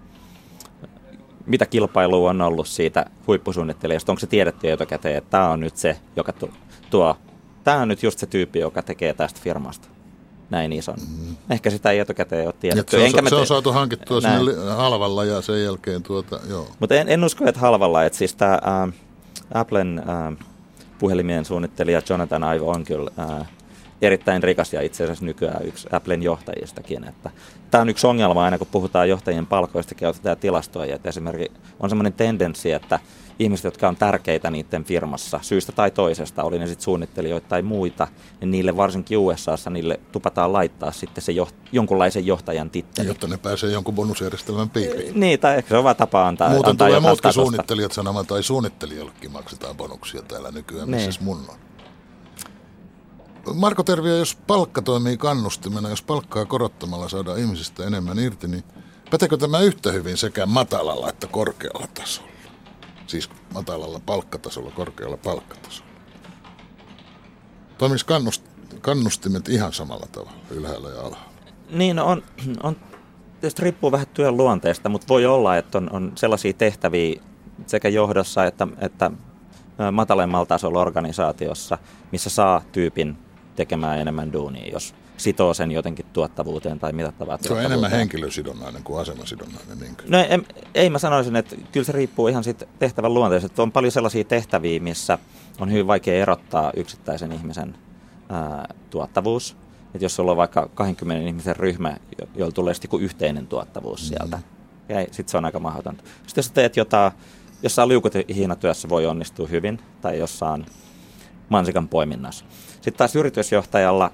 mitä kilpailua on ollut siitä huippusuunnittelijasta. Onko se tiedetty etukäteen, että tämä on nyt se, joka tuo, tämä on nyt just se tyyppi, joka tekee tästä firmasta näin ison. Mm. Ehkä sitä ei etukäteen ole tiedetty. Se on, Enkä se te... on saatu hankittua sinne halvalla ja sen jälkeen tuota, joo. Mutta en, en usko, että halvalla. Että siis tämä ä, Applen ä, puhelimien suunnittelija Jonathan Ive on kyllä ä, erittäin rikas ja itse asiassa nykyään yksi Applen johtajistakin. Että tämä on yksi ongelma aina, kun puhutaan johtajien palkoista, käytetään tilastoja. Että esimerkiksi on sellainen tendenssi, että ihmiset, jotka on tärkeitä niiden firmassa syystä tai toisesta, oli ne sitten suunnittelijoita tai muita, niin niille varsinkin U S A:ssa niille tupataan laittaa sitten se joht- jonkunlaisen johtajan titteli. Jotta ne pääsee jonkun bonusjärjestelmän piiriin. Niin, tai ehkä se on vaan tapa antaa. Muuten antaa tulee muutkin statusta. suunnittelijat sanomaan, tai suunnittelijallekin maksetaan bonuksia täällä nykyään, missä niin. mun on. Marko Terviö, jos palkka toimii kannustimena, jos palkkaa korottamalla saadaan ihmisistä enemmän irti, niin päteekö tämä yhtä hyvin sekä matalalla että korkealla tasolla? Siis matalalla palkkatasolla, korkealla palkkatasolla. Toimisi kannust- kannustimet ihan samalla tavalla, ylhäällä ja alhaalla? Niin, on, on, tietysti riippuu vähän työn luonteesta, mutta voi olla, että on, on sellaisia tehtäviä sekä johdossa että, että matalemmalla tasolla organisaatiossa, missä saa tyypin tekemään enemmän duunia, jos sitoo sen jotenkin tuottavuuteen tai mitattavaa tuottavuuteen. Se on enemmän henkilösidonnainen kuin asemasidonnainen. Niinkö? No ei, ei mä sanoisin, että kyllä se riippuu ihan siitä tehtävän luonteesta. On paljon sellaisia tehtäviä, missä on hyvin vaikea erottaa yksittäisen ihmisen ää, tuottavuus. Että jos sulla on vaikka kaksikymmentä ihmisen ryhmä, jolla tulee sitten joku yhteinen tuottavuus mm-hmm. sieltä, sitten se on aika mahdotonta. Sitten jos teet jotain, jossain liukuhihnatyössä voi onnistua hyvin, tai jossain mansikan poiminnassa. Sitten taas yritysjohtajalla,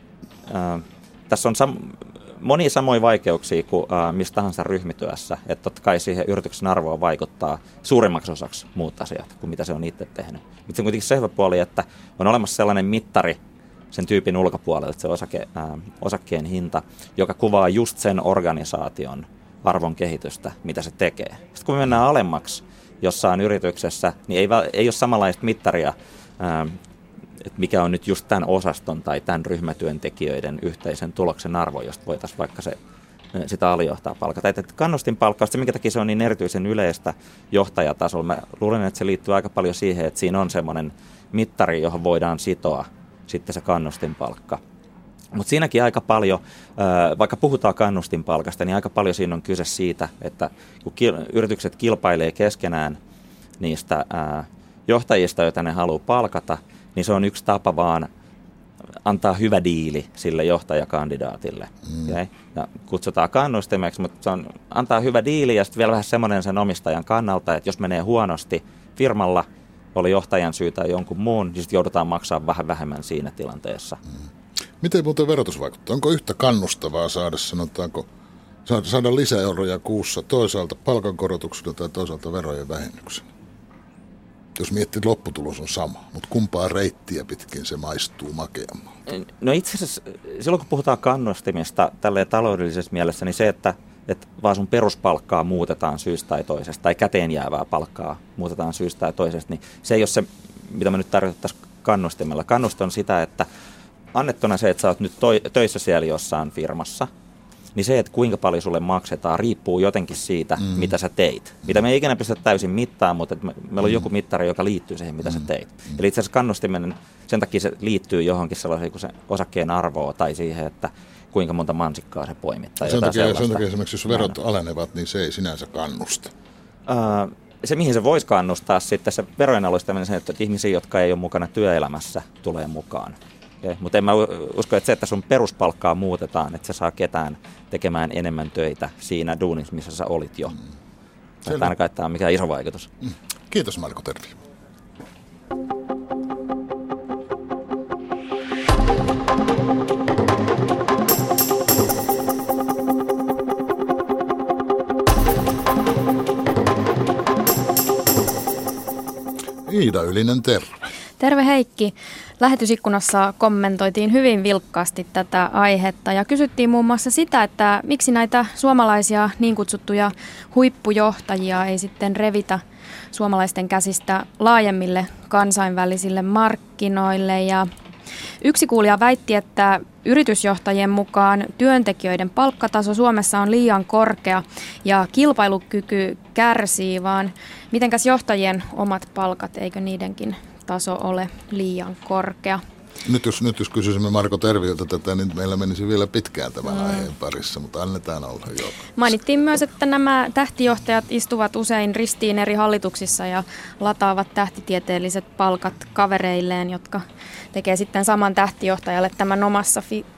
ää, tässä on sam- monia samoja vaikeuksia kuin ää, missä tahansa ryhmityössä, että totta kai siihen yrityksen arvoon vaikuttaa suurimmaksi osaksi muut asiat kuin mitä se on itse tehnyt. Mutta se on kuitenkin se hyvä puoli, että on olemassa sellainen mittari sen tyypin ulkopuolella, että se osake, ää, osakkeen hinta, joka kuvaa just sen organisaation arvon kehitystä, mitä se tekee. Sitten kun me mennään alemmaksi jossain yrityksessä, niin ei, ei ole samanlaista mittaria, ää, että mikä on nyt just tämän osaston tai tämän ryhmätyöntekijöiden yhteisen tuloksen arvo, josta voitaisiin vaikka se, sitä alijohtaa palkata. Että kannustinpalkkausta, minkä takia se on niin erityisen yleistä johtajatasolla. Mä luulen, että se liittyy aika paljon siihen, että siinä on semmoinen mittari, johon voidaan sitoa sitten se kannustinpalkka. Mutta siinäkin aika paljon, vaikka puhutaan kannustinpalkasta, niin aika paljon siinä on kyse siitä, että kun yritykset kilpailee keskenään niistä johtajista, joita ne haluaa palkata, niin se on yksi tapa vaan antaa hyvä diili sille johtajakandidaatille. Mm. Okay? Ja kutsutaan kannustimeksi, mutta se on antaa hyvä diili ja sitten vielä vähän semmoinen sen omistajan kannalta, että jos menee huonosti firmalla, oli johtajan syy tai jonkun muun, niin sitten joudutaan maksaa vähän vähemmän siinä tilanteessa. Mm. Miten muuten verotus vaikuttaa? Onko yhtä kannustavaa saada, sanotaanko, saada lisäeuroja kuussa toisaalta palkankorotuksella tai toisaalta verojen vähennyksenä? Jos miettii, että lopputulos on sama, mutta kumpaa reittiä pitkin se maistuu makeammalta? No itse asiassa silloin kun puhutaan kannustimista tälleen taloudellisessa mielessä, niin se, että, että vaan sun peruspalkkaa muutetaan syystä tai toisesta, tai käteen jäävää palkkaa muutetaan syystä tai toisesta, niin se ei ole se, mitä me nyt tarkoitettaisiin kannustimella. Kannuste on sitä, että annettuna se, että sä oot nyt toi, töissä siellä jossain firmassa, niin se, että kuinka paljon sulle maksetaan, riippuu jotenkin siitä, mm. mitä sä teit. Mitä me ei ikinä pystytä täysin mittaamaan, mutta me, meillä on joku mittari, joka liittyy siihen, mitä mm. sä teit. Mm. Eli itse asiassa kannustiminen, sen takia se liittyy johonkin sellaiseen kuin se osakkeen arvoa tai siihen, että kuinka monta mansikkaa se poimittaa. Sen takia, sen takia esimerkiksi, jos verot alenevat, niin se ei sinänsä kannusta. Uh, se, mihin se voisi kannustaa sitten, se verojen aloistaminen, se, että ihmisiä, jotka ei ole mukana työelämässä, tulee mukaan. Okay. Mutta en mä usko, että se, että sun peruspalkkaa muutetaan, että se saa ketään tekemään enemmän töitä siinä duunissa, missä sä olit jo. Mm. Ainakaan, että tämä on mikään iso vaikutus. Mm. Kiitos Marko Terviö. Iida Ylinen, terve. Terve Heikki. Lähetysikkunassa kommentoitiin hyvin vilkkaasti tätä aihetta ja kysyttiin muun muassa sitä, että miksi näitä suomalaisia niin kutsuttuja huippujohtajia ei sitten revitä suomalaisten käsistä laajemmille kansainvälisille markkinoille. Ja yksi kuulija väitti, että yritysjohtajien mukaan työntekijöiden palkkataso Suomessa on liian korkea ja kilpailukyky kärsii, vaan mitenkäs johtajien omat palkat, eikö niidenkin taso ole liian korkea? Nyt jos, nyt jos kysyisimme Marko Terviöltä tätä, niin meillä menisi vielä pitkään tämän mm. aiheen parissa, mutta annetaan olla jo. Mainittiin myös, että nämä tähtijohtajat istuvat usein ristiin eri hallituksissa ja lataavat tähtitieteelliset palkat kavereilleen, jotka tekee sitten saman tähtijohtajalle tämän omassa fi-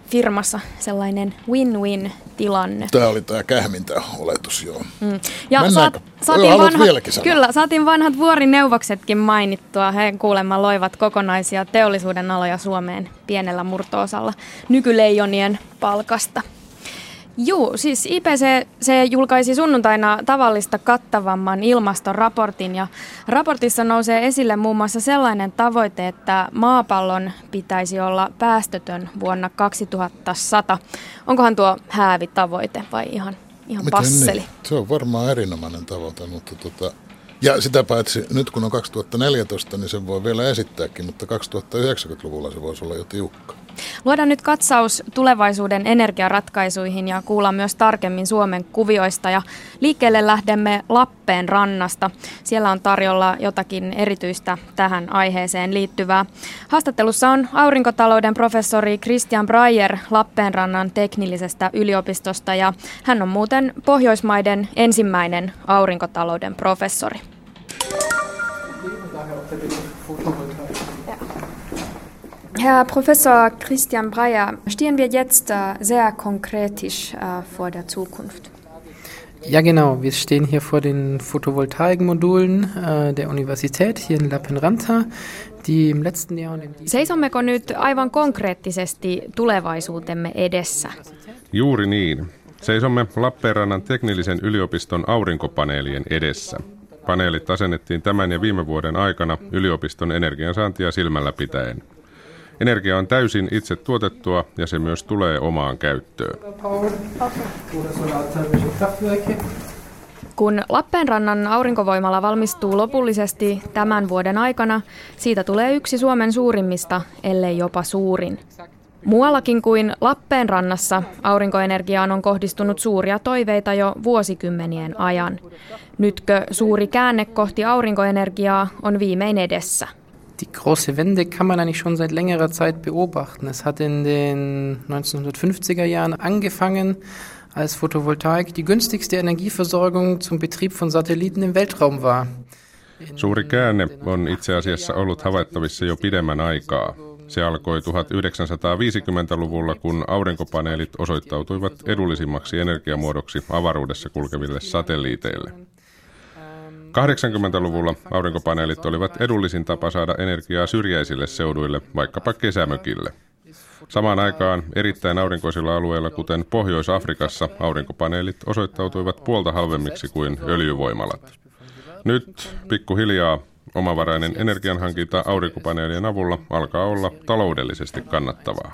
firmassa sellainen win-win-tilanne. Tämä oli tämä kähmintä oletus, joo. Mm. Ja saat, saatiin, vanhat, kyllä, saatiin vanhat vuorineuvoksetkin mainittua. He kuulemma loivat kokonaisia teollisuuden aloja Suomeen pienellä murto-osalla nykyleijonien palkasta. Joo, siis I P C C julkaisi sunnuntaina tavallista kattavamman ilmastoraportin ja raportissa nousee esille muun muassa sellainen tavoite, että maapallon pitäisi olla päästötön vuonna kaksituhattasata. Onkohan tuo häävi tavoite vai ihan, ihan passeli? Niin? Se on varmaan erinomainen tavoite, mutta tota, ja sitä paitsi nyt kun on kaksituhattaneljätoista, niin sen voi vielä esittääkin, mutta kaksituhattayhdeksänkymmentäluvulla se voisi olla jo tiukka. Luodaan nyt katsaus tulevaisuuden energiaratkaisuihin ja kuullaan myös tarkemmin Suomen kuvioista. Ja liikkeelle lähdemme Lappeenrannasta. Siellä on tarjolla jotakin erityistä tähän aiheeseen liittyvää. Haastattelussa on aurinkotalouden professori Christian Breyer Lappeenrannan teknillisestä yliopistosta ja hän on muuten Pohjoismaiden ensimmäinen aurinkotalouden professori. Herr Professor Christian Breyer, stehen wir jetzt sehr konkretisch vor der Zukunft. Ja genau, wir stehen hier vor den Photovoltaikmodulen der Universität hier in Lappeenranta, die im letzten Jahr... Seisommeko nyt aivan konkreettisesti tulevaisuutemme edessä? Juuri niin. Seisomme Lappeenrannan teknillisen yliopiston aurinkopaneelien edessä. Paneelit asennettiin tämän ja viime vuoden aikana yliopiston energiansaantia silmällä pitäen. Energia on täysin itse tuotettua ja se myös tulee omaan käyttöön. Kun Lappeenrannan aurinkovoimala valmistuu lopullisesti tämän vuoden aikana, siitä tulee yksi Suomen suurimmista, ellei jopa suurin. Muuallakin kuin Lappeenrannassa aurinkoenergiaan on kohdistunut suuria toiveita jo vuosikymmenien ajan. Nytkö suuri käänne kohti aurinkoenergiaa on viimein edessä? Die große Wende kann man eigentlich schon seit längerer Zeit beobachten. Es hat in den neunzehnhundertfünfziger Jahren angefangen, als Photovoltaik die günstigste Energieversorgung zum Betrieb von Satelliten im Weltraum war. Suuri käänne on itse asiassa ollut havaittavissa jo pidemmän aikaa. Se alkoi tuhatyhdeksänsataaviisikymmentäluvulla, kun aurinkopaneelit osoittautuivat edullisimmaksi energiamuodoksi avaruudessa kulkeville satelliiteille. kahdeksankymmentäluvulla aurinkopaneelit olivat edullisin tapa saada energiaa syrjäisille seuduille, vaikkapa kesämökille. Samaan aikaan erittäin aurinkoisilla alueilla, kuten Pohjois-Afrikassa, aurinkopaneelit osoittautuivat puolta halvemmiksi kuin öljyvoimalat. Nyt pikkuhiljaa omavarainen energianhankinta aurinkopaneelien avulla alkaa olla taloudellisesti kannattavaa.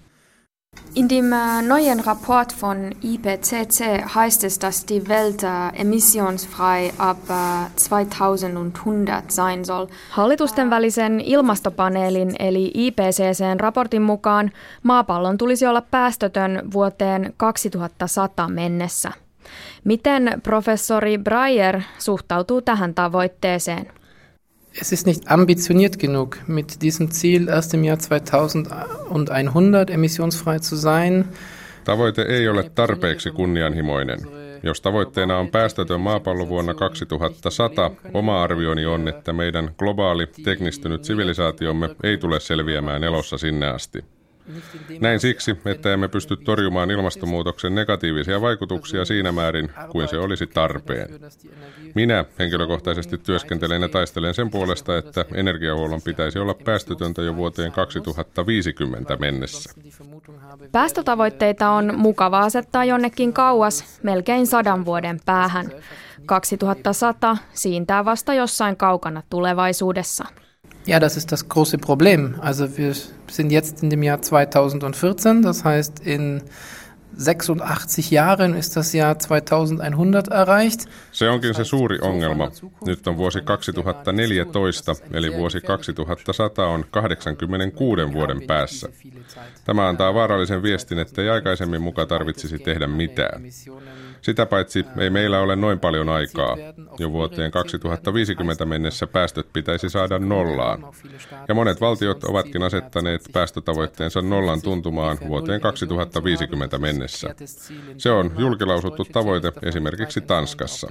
In dem neuen Rapport von I P C C heißt es, dass die Welt emissionsfrei ab kaksituhatta sein soll. Hallitusten välisen ilmastopaneelin eli I P C C:n raportin mukaan maapallon tulisi olla päästötön vuoteen kaksituhattasata mennessä. Miten professori Breyer suhtautuu tähän tavoitteeseen? Es ist nicht ambitioniert genug, mit diesem Ziel erst im Jahr zweitausendeinhundert emissionsfrei zu sein. Tavoite ei ole tarpeeksi kunnianhimoinen. Jos tavoitteena on päästötön maapallo vuonna kaksituhattasata, oma arvioni on, että meidän globaali teknistynyt sivilisaatiomme ei tule selviämään elossa sinne asti. Näin siksi, että emme pysty torjumaan ilmastonmuutoksen negatiivisia vaikutuksia siinä määrin kuin se olisi tarpeen. Minä henkilökohtaisesti työskentelen ja taistelen sen puolesta, että energiahuollon pitäisi olla päästötöntä jo vuoteen kaksituhattaviisikymmentä mennessä. Päästötavoitteita on mukava asettaa jonnekin kauas, melkein sadan vuoden päähän. kaksituhattasata siintää vasta jossain kaukana tulevaisuudessa. Ja, das ist das große Problem. Also wir sind jetzt in dem Jahr zweitausendvierzehn, das heißt in sechsundachtzig Jahren ist das Jahr zweitausendeinhundert erreicht. Se onkin se suuri ongelma. Nyt on vuosi kaksituhattaneljätoista, eli vuosi kaksituhattasata on kahdeksankymmentäkuuden vuoden päässä. Tämä antaa vaarallisen viestin, ettei aikaisemmin muka tarvitsisi tehdä mitään. Sitä paitsi ei meillä ole noin paljon aikaa. Jo vuoteen kaksituhattaviisikymmentä mennessä päästöt pitäisi saada nollaan. Ja monet valtiot ovatkin asettaneet päästötavoitteensa nollan tuntumaan vuoteen kaksituhattaviisikymmentä mennessä. Se on julkilausuttu tavoite esimerkiksi Tanskassa.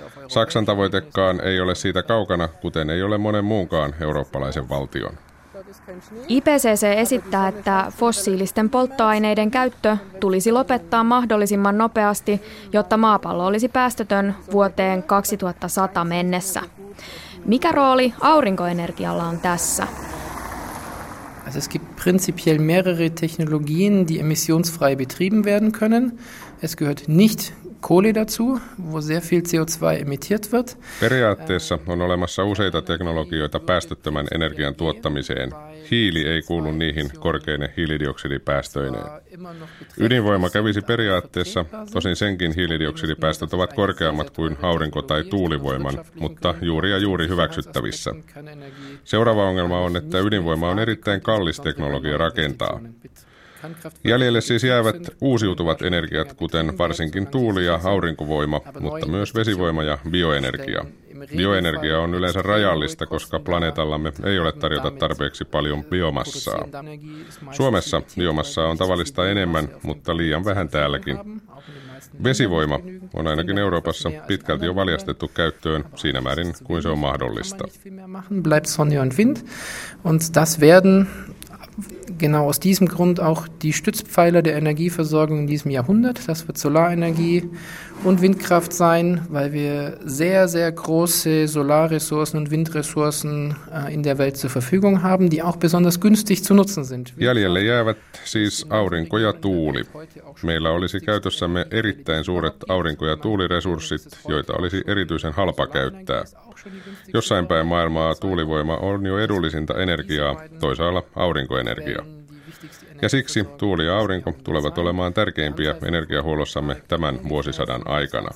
Saksan tavoitekaan ei ole siitä kaukana, kuten ei ole monen muunkaan eurooppalaisen valtion. I P C C esittää, että fossiilisten polttoaineiden käyttö tulisi lopettaa mahdollisimman nopeasti, jotta maapallo olisi päästötön vuoteen kaksituhattasata mennessä. Mikä rooli aurinkoenergialla on tässä? Also es gibt prinzipiell mehrere Technologien, die emissionsfrei betrieben werden können. Es gehört nicht Kohle dazu, wo sehr viel C O zwei emittiert wird. Periaatteessa on olemassa useita teknologioita päästöttömän energian tuottamiseen. Hiili ei kuulu niihin korkeine hiilidioksidipäästöineen. Ydinvoima kävisi periaatteessa, tosin senkin hiilidioksidipäästöt ovat korkeammat kuin aurinko- tai tuulivoiman, mutta juuri ja juuri hyväksyttävissä. Seuraava ongelma on, että ydinvoima on erittäin kallis teknologia rakentaa. Jäljelle siis jäävät uusiutuvat energiat, kuten varsinkin tuuli- ja aurinkovoima, mutta myös vesivoima ja bioenergia. Bioenergia on yleensä rajallista, koska planeetallamme ei ole tarjota tarpeeksi paljon biomassaa. Suomessa biomassaa on tavallista enemmän, mutta liian vähän täälläkin. Vesivoima on ainakin Euroopassa pitkälti jo valjastettu käyttöön siinä määrin kuin se on mahdollista. Bleibt Sonne und Wind und das werden genau aus diesem Grund auch die Stützpfeiler der Energieversorgung in diesem Jahrhundert. Das wird Solarenergie und Windkraft sein, weil wir sehr, sehr große Solarressourcen und Windressourcen in der Welt zur Verfügung haben, die auch besonders günstig zu nutzen sind. Jäljelle jäävät siis aurinko ja tuuli. Meillä olisi käytössämme erittäin suuret aurinko- ja tuuliresurssit, joita olisi erityisen halpa käyttää. Jossain päin maailmaa tuulivoima on jo edullisinta energiaa, toisaalla aurinkoenergia. Ja siksi tuuli ja aurinko tulevat olemaan tärkeimpiä energiahuollossamme tämän vuosisadan aikana.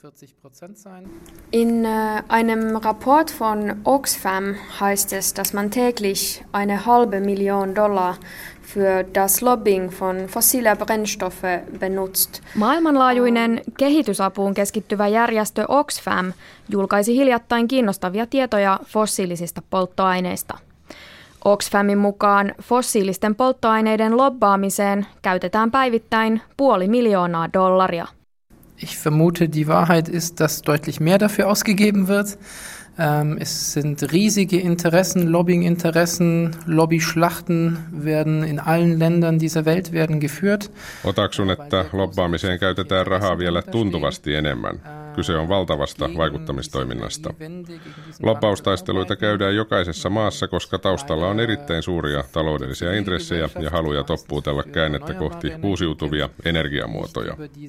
In einem Rapport von Oxfam heißt es, dass man täglich eine halbe Million Dollar für das Lobbying von fossiler Brennstoffe benutzt. Maailmanlaajuinen kehitysapuun keskittyvä järjestö Oxfam julkaisi hiljattain kiinnostavia tietoja fossiilisista polttoaineista. Oxfamin mukaan fossiilisten polttoaineiden lobbaamiseen käytetään päivittäin puoli miljoonaa dollaria. Ich vermute, die Wahrheit ist, dass deutlich mehr dafür ausgegeben wird. Ähm, es sind riesige Interessen, Lobbying-Interessen, Lobbyschlachten werden in allen Ländern dieser Welt werden geführt. Otaksun, että lobbaamiseen käytetään rahaa vielä tuntuvasti enemmän. Kyse on valtavasta vaikuttamistoiminnasta. Lobbaustaisteluita käydään jokaisessa maassa, koska taustalla on erittäin suuria taloudellisia intressejä ja haluja toppuutella käännettä kohti uusiutuvia energiamuotoja.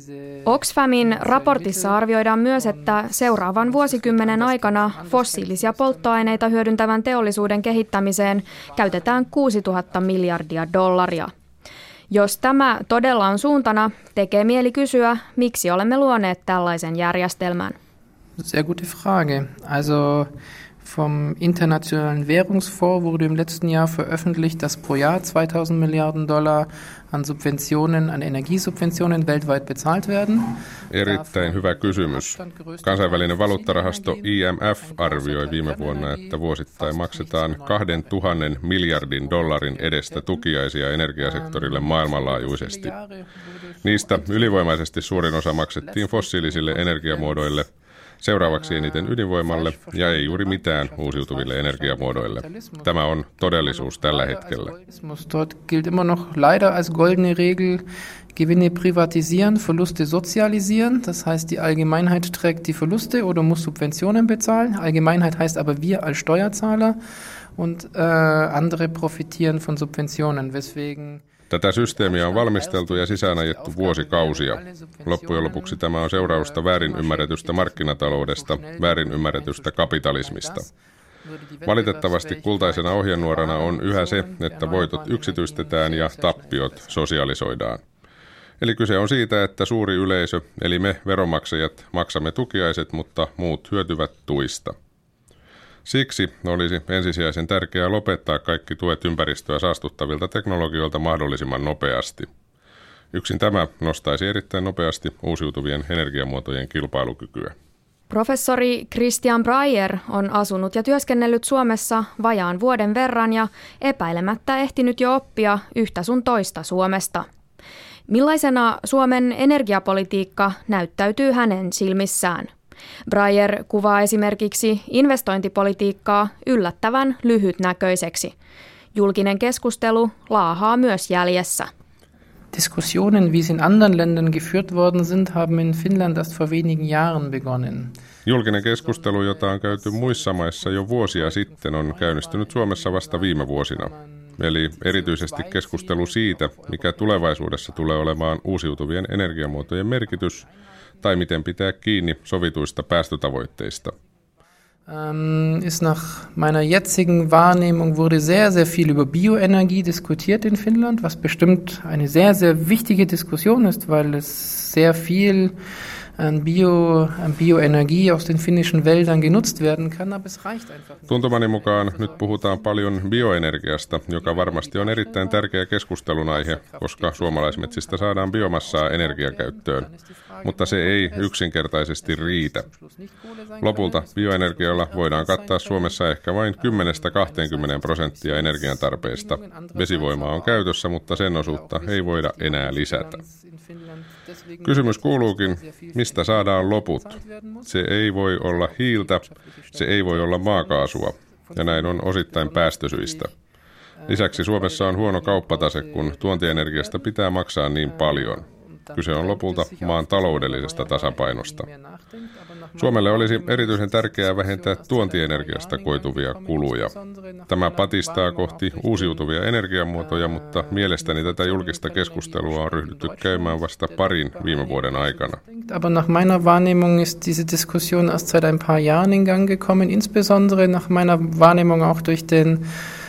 Oxfamin raportissa arvioidaan myös, että seuraavan vuosikymmenen aikana fossiilisia polttoaineita hyödyntävän teollisuuden kehittämiseen käytetään kuusituhatta miljardia dollaria. Jos tämä todella on suuntana, tekee mieli kysyä, miksi olemme luoneet tällaisen järjestelmän. Sehr gute Frage. Also vom Internationalen Währungsfonds wurde im letzten Jahr veröffentlicht, dass pro Jahr zweitausend Milliarden Dollar an Subventionen, an Energiesubventionen weltweit bezahlt werden. Erittäin hyvä kysymys. Kansainvälinen valuuttarahasto I M F arvioi viime vuonna, että vuosittain maksetaan kahdentuhannen miljardin dollarin edestä tukiaisia energiasektorille maailmanlaajuisesti. Niistä ylivoimaisesti suurin osa maksettiin fossiilisille energiamuodoille, seuraavaksi eniten ydinvoimalle ja ei juuri mitään uusiutuville energiamuodoille. Tämä on todellisuus tällä hetkellä. Dort gilt immer noch leider als goldene Regel, Gewinne privatisieren, Verluste sozialisieren. Das heißt, die Allgemeinheit trägt die Verluste oder muss Subventionen bezahlen. Allgemeinheit heißt aber wir als Steuerzahler und äh, andere profitieren von Subventionen. Weswegen Tätä systeemiä on valmisteltu ja sisäänajettu vuosikausia. Loppujen lopuksi tämä on seurausta väärin ymmärretystä markkinataloudesta, väärin ymmärretystä kapitalismista. Valitettavasti kultaisena ohjenuorana on yhä se, että voitot yksityistetään ja tappiot sosialisoidaan. Eli kyse on siitä, että suuri yleisö, eli me veronmaksajat, maksamme tukiaiset, mutta muut hyötyvät tuista. Siksi olisi ensisijaisen tärkeää lopettaa kaikki tuet ympäristöä saastuttavilta teknologioilta mahdollisimman nopeasti. Yksin tämä nostaisi erittäin nopeasti uusiutuvien energiamuotojen kilpailukykyä. Professori Christian Breyer on asunut ja työskennellyt Suomessa vajaan vuoden verran ja epäilemättä ehtinyt jo oppia yhtä sun toista Suomesta. Millaisena Suomen energiapolitiikka näyttäytyy hänen silmissään? Breyer kuvaa esimerkiksi investointipolitiikkaa yllättävän lyhytnäköiseksi. Julkinen keskustelu laahaa myös jäljessä. Diskussionen, wie sie in anderen Ländern geführt worden sind, haben in Finnland erst vor wenigen Jahren begonnen. Julkinen keskustelu, jota on käyty muissa maissa jo vuosia sitten, on käynnistynyt Suomessa vasta viime vuosina. Eli erityisesti keskustelu siitä, mikä tulevaisuudessa tulee olemaan uusiutuvien energiamuotojen merkitys tai miten pitää kiinni sovituista päästötavoitteista. Ähm, ist nach meiner jetzigen Wahrnehmung wurde sehr, sehr viel über Bioenergie diskutiert in Finnland, was bestimmt eine sehr, sehr wichtige Diskussion ist, weil es sehr viel an, Bio, an Bioenergie aus den finnischen Wäldern genutzt werden kann, aber es reicht einfach nicht. Tuntumani mukaan nyt puhutaan paljon bioenergiasta, joka varmasti on erittäin tärkeä keskustelun aihe, koska suomalaismetsistä saadaan biomassaa energiakäyttöön, mutta se ei yksinkertaisesti riitä. Lopulta bioenergialla voidaan kattaa Suomessa ehkä vain kymmenestä kahteenkymmeneen prosenttia energiantarpeista. Vesivoimaa on käytössä, mutta sen osuutta ei voida enää lisätä. Kysymys kuuluukin, mistä saadaan loput? Se ei voi olla hiiltä, se ei voi olla maakaasua, ja näin on osittain päästösyistä. Lisäksi Suomessa on huono kauppatase, kun tuontienergiasta pitää maksaa niin paljon. Kyse on lopulta maan taloudellisesta tasapainosta. Suomelle olisi erityisen tärkeää vähentää tuontienergiasta koituvia kuluja. Tämä patistaa kohti uusiutuvia energiamuotoja, mutta mielestäni tätä julkista keskustelua on ryhdytty käymään vasta parin viime vuoden aikana. Aber nach meiner Wahrnehmung ist diese Diskussion erst seit ein paar Jahren in Gang gekommen, insbesondere nach meiner Wahrnehmung auch durch den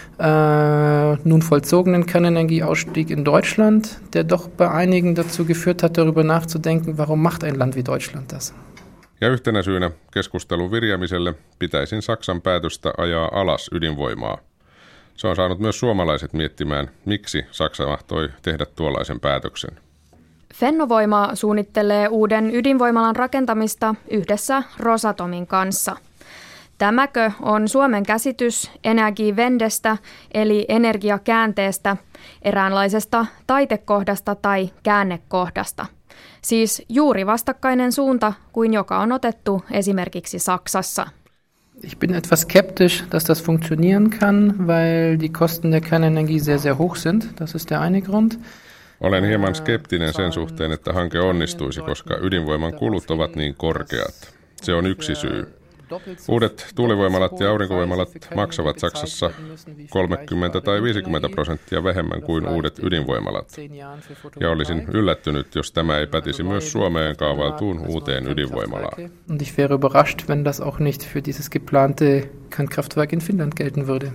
Äh, nun vollzogenen Kernenergieausstieg in Deutschland, der doch bei einigen dazu geführt hat, darüber nachzudenken, warum macht ein Land wie Deutschland das? Ja yhtenä syynä keskustelun virjäämiselle pitäisin Saksan päätöstä ajaa alas ydinvoimaa. Se on saanut myös suomalaiset miettimään, miksi Saksa mahtoi tehdä tuollaisen päätöksen. Fennovoima suunnittelee uuden ydinvoimalan rakentamista yhdessä Rosatomin kanssa. Tämäkö on Suomen käsitys Energiewendestä eli energiakäänteestä, eräänlaisesta taitekohdasta tai käännekohdasta? Siis juuri vastakkainen suunta kuin joka on otettu esimerkiksi Saksassa. Ich bin etwas skeptisch, dass das funktionieren kann, weil die Kosten der Kernenergie sehr, sehr hoch sind. Das ist der eine Grund. Olen hieman skeptinen sen suhteen, että hanke onnistuisi, koska ydinvoiman kulut ovat niin korkeat. Se on yksi syy. Uudet tuulivoimalat ja aurinkovoimalat maksavat Saksassa kolmekymmentä tai viisikymmentä prosenttia vähemmän kuin uudet ydinvoimalat. Ja olisin yllättynyt, jos tämä ei pätisi myös Suomeen kaavailtuun uuteen ydinvoimalaan. Und ich wäre überrascht, wenn das auch nicht für dieses geplante Kernkraftwerk in Finnland gelten würde.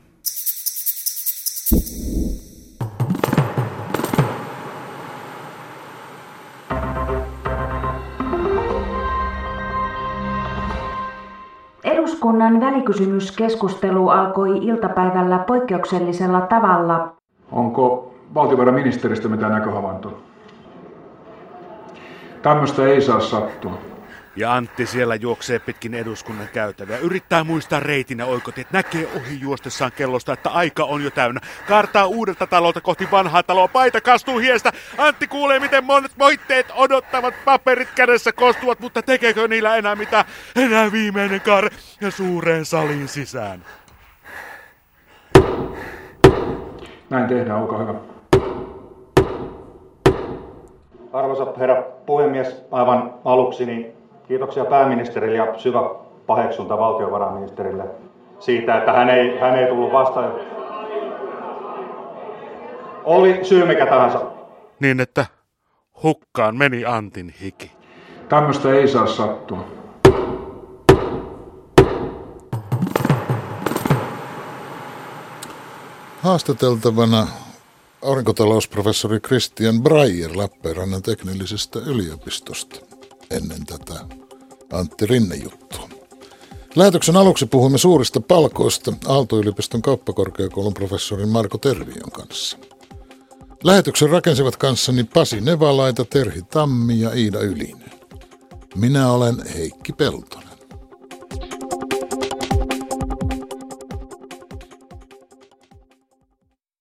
Eduskunnan välikysymyskeskustelu alkoi iltapäivällä poikkeuksellisella tavalla. Onko valtiovarainministeristä mitään näköhavaintoa? Tämmöistä ei saa sattua. Ja Antti siellä juoksee pitkin eduskunnan käytäviä. Yrittää muistaa reitin ja oikotiet. Näkee ohi juostessaan kellosta, että aika on jo täynnä. Kaartaa uudelta talolta kohti vanhaa taloa. Paita kastuu hiestä. Antti kuulee, miten monet moitteet odottavat paperit kädessä kostuvat, mutta tekeekö niillä enää mitään? Enää viimeinen kaare ja suureen saliin sisään. Näin tehdään, olkaa hyvä. Arvoisa herra puhemies, aivan aluksi niin kiitoksia pääministerille ja syvä paheksunta valtiovarainministerille siitä, että hän ei, hän ei tullut vastaan. Oli syy mikä tahansa. Niin, että hukkaan meni Antin hiki. Tämmöistä ei saa sattua. Haastateltavana aurinkotalousprofessori Christian Breyer Lappeenrannan teknillisestä yliopistosta ennen tätä Antti Rinne-juttua. Lähetyksen aluksi puhuimme suurista palkoista Aalto-yliopiston kauppakorkeakoulun professorin Marko Tervion kanssa. Lähetyksen rakensivat kanssani Pasi Nevalaita, Terhi Tammi ja Iida Ylinen. Minä olen Heikki Pelto.